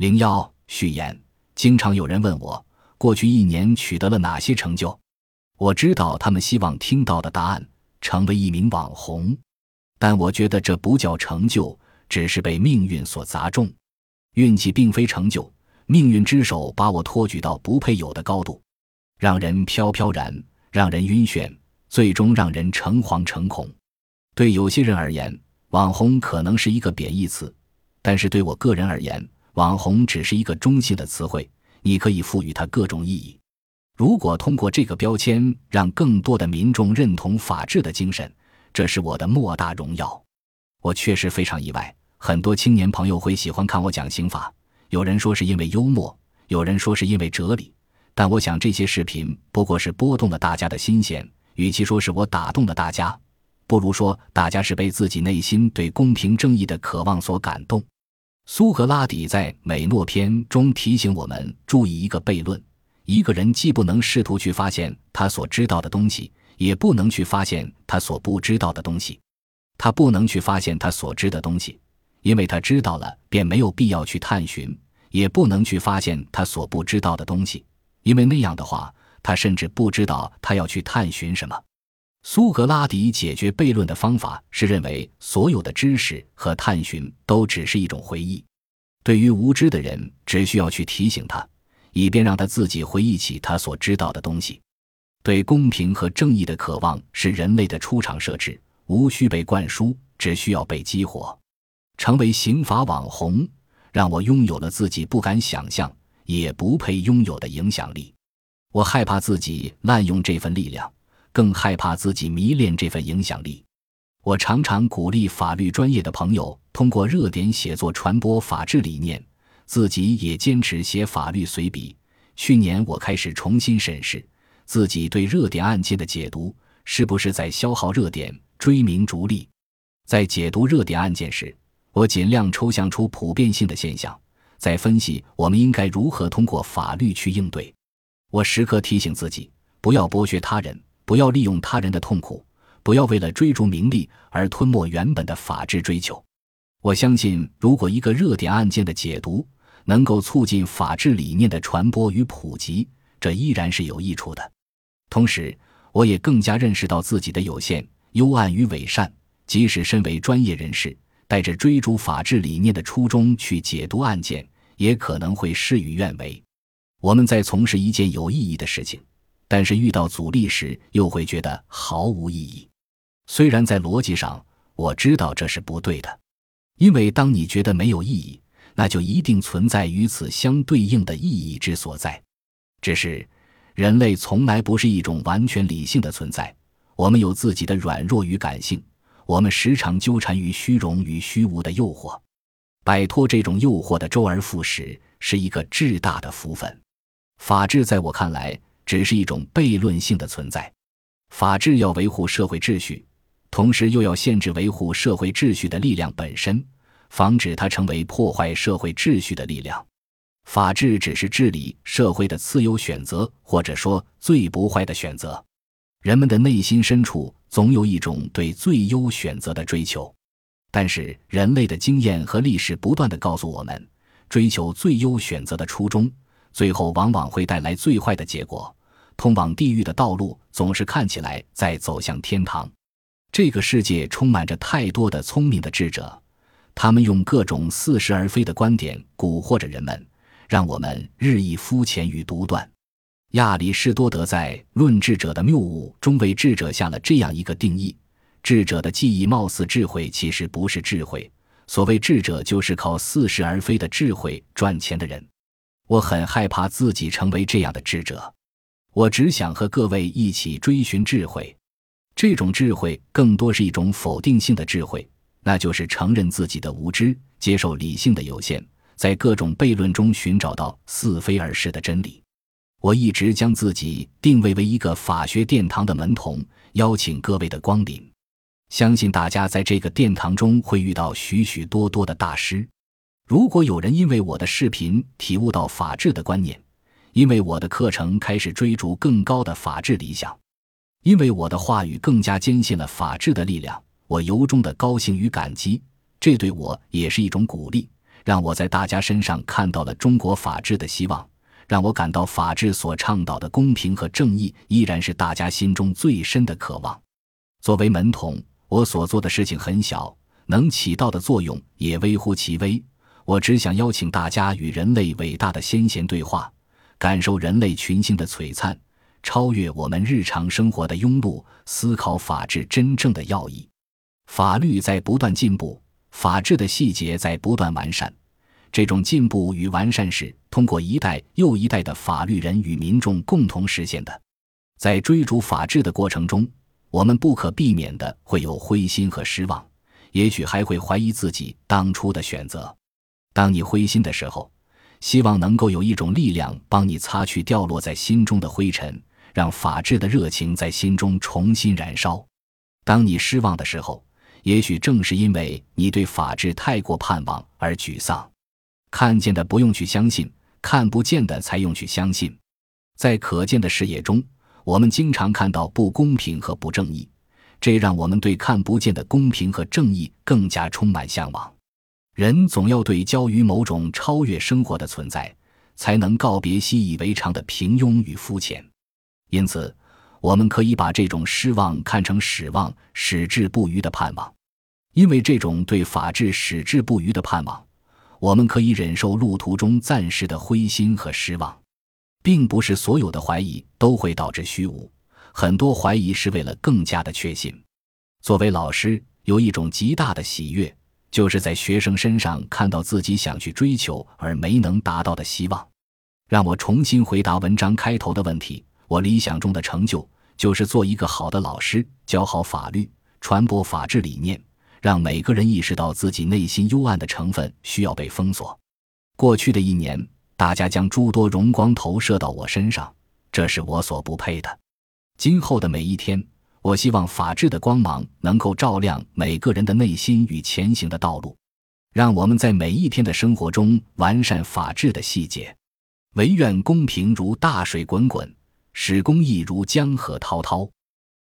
01序言。经常有人问我，过去1年取得了哪些成就？我知道他们希望听到的答案，成为一名网红。但我觉得这不叫成就，只是被命运所砸中。运气并非成就，命运之手把我托举到不配有的高度，让人飘飘然，让人晕眩，最终让人诚惶诚恐。对有些人而言，网红可能是一个贬义词，但是对我个人而言，网红只是一个中性的词汇，你可以赋予它各种意义。如果通过这个标签让更多的民众认同法治的精神，这是我的莫大荣耀。我确实非常意外，很多青年朋友会喜欢看我讲刑法，有人说是因为幽默，有人说是因为哲理，但我想这些视频不过是拨动了大家的心弦，与其说是我打动了大家，不如说大家是被自己内心对公平正义的渴望所感动。苏格拉底在《美诺篇》中提醒我们注意一个悖论，一个人既不能试图去发现他所知道的东西，也不能去发现他所不知道的东西。他不能去发现他所知的东西，因为他知道了便没有必要去探寻，也不能去发现他所不知道的东西，因为那样的话，他甚至不知道他要去探寻什么。苏格拉底解决悖论的方法是认为所有的知识和探寻都只是一种回忆，对于无知的人只需要去提醒他，以便让他自己回忆起他所知道的东西。对公平和正义的渴望是人类的出厂设置，无需被灌输，只需要被激活。成为刑法网红，让我拥有了自己不敢想象也不配拥有的影响力。我害怕自己滥用这份力量，更害怕自己迷恋这份影响力。我常常鼓励法律专业的朋友通过热点写作传播法治理念，自己也坚持写法律随笔。去年我开始重新审视自己对热点案件的解读，是不是在消耗热点，追名逐利。在解读热点案件时，我尽量抽象出普遍性的现象，在分析我们应该如何通过法律去应对。我时刻提醒自己，不要剥削他人，不要利用他人的痛苦，不要为了追逐名利而吞没原本的法治追求。我相信，如果一个热点案件的解读能够促进法治理念的传播与普及，这依然是有益处的。同时，我也更加认识到自己的有限、幽暗与伪善，即使身为专业人士，带着追逐法治理念的初衷去解读案件，也可能会事与愿违。我们在从事一件有意义的事情，但是遇到阻力时又会觉得毫无意义。虽然在逻辑上我知道这是不对的，因为当你觉得没有意义，那就一定存在与此相对应的意义之所在。只是人类从来不是一种完全理性的存在，我们有自己的软弱与感性，我们时常纠缠于虚荣与虚无的诱惑。摆脱这种诱惑的周而复始是一个至大的福分。法治在我看来只是一种悖论性的存在，法治要维护社会秩序，同时又要限制维护社会秩序的力量本身，防止它成为破坏社会秩序的力量。法治只是治理社会的次优选择，或者说最不坏的选择。人们的内心深处总有一种对最优选择的追求，但是人类的经验和历史不断地告诉我们，追求最优选择的初衷，最后往往会带来最坏的结果。通往地狱的道路总是看起来在走向天堂。这个世界充满着太多的聪明的智者，他们用各种似是而非的观点蛊惑着人们，让我们日益肤浅与独断。亚里士多德在《论智者的谬误》中为智者下了这样一个定义：智者的记忆貌似智慧，其实不是智慧。所谓智者，就是靠似是而非的智慧赚钱的人。我很害怕自己成为这样的智者，我只想和各位一起追寻智慧。这种智慧更多是一种否定性的智慧，那就是承认自己的无知，接受理性的有限，在各种悖论中寻找到似非而是的真理。我一直将自己定位为一个法学殿堂的门童，邀请各位的光临。相信大家在这个殿堂中会遇到许许多多的大师。如果有人因为我的视频体悟到法治的观念，因为我的课程开始追逐更高的法治理想，因为我的话语更加坚信了法治的力量，我由衷的高兴与感激，这对我也是一种鼓励， 让我在大家身上看到了中国法治的希望，让我感到法治所倡导的公平和正义依然是大家心中最深的渴望。作为门童，我所做的事情很小，能起到的作用也微乎其微。我只想邀请大家与人类伟大的先贤对话，感受人类群星的璀璨，超越我们日常生活的庸碌，思考法治真正的要义。法律在不断进步，法治的细节在不断完善。这种进步与完善是通过一代又一代的法律人与民众共同实现的。在追逐法治的过程中，我们不可避免地会有灰心和失望，也许还会怀疑自己当初的选择。当你灰心的时候，希望能够有一种力量帮你擦去掉落在心中的灰尘，让法治的热情在心中重新燃烧。当你失望的时候，也许正是因为你对法治太过盼望而沮丧。看见的不用去相信，看不见的才用去相信。在可见的视野中，我们经常看到不公平和不正义，这让我们对看不见的公平和正义更加充满向往。人总要对焦于某种超越生活的存在，才能告别习以为常的平庸与肤浅。因此，我们可以把这种失望看成始望，矢志不渝的盼望。因为这种对法治矢志不渝的盼望，我们可以忍受路途中暂时的灰心和失望。并不是所有的怀疑都会导致虚无，很多怀疑是为了更加的确信。作为老师，有一种极大的喜悦，就是在学生身上看到自己想去追求而没能达到的希望。让我重新回答文章开头的问题，我理想中的成就就是做一个好的老师，教好法律，传播法治理念，让每个人意识到自己内心幽暗的成分需要被封锁。过去的一年，大家将诸多荣光投射到我身上，这是我所不配的。今后的每一天，我希望法治的光芒能够照亮每个人的内心与前行的道路，让我们在每一天的生活中完善法治的细节。唯愿公平如大水滚滚，使公义如江河滔滔。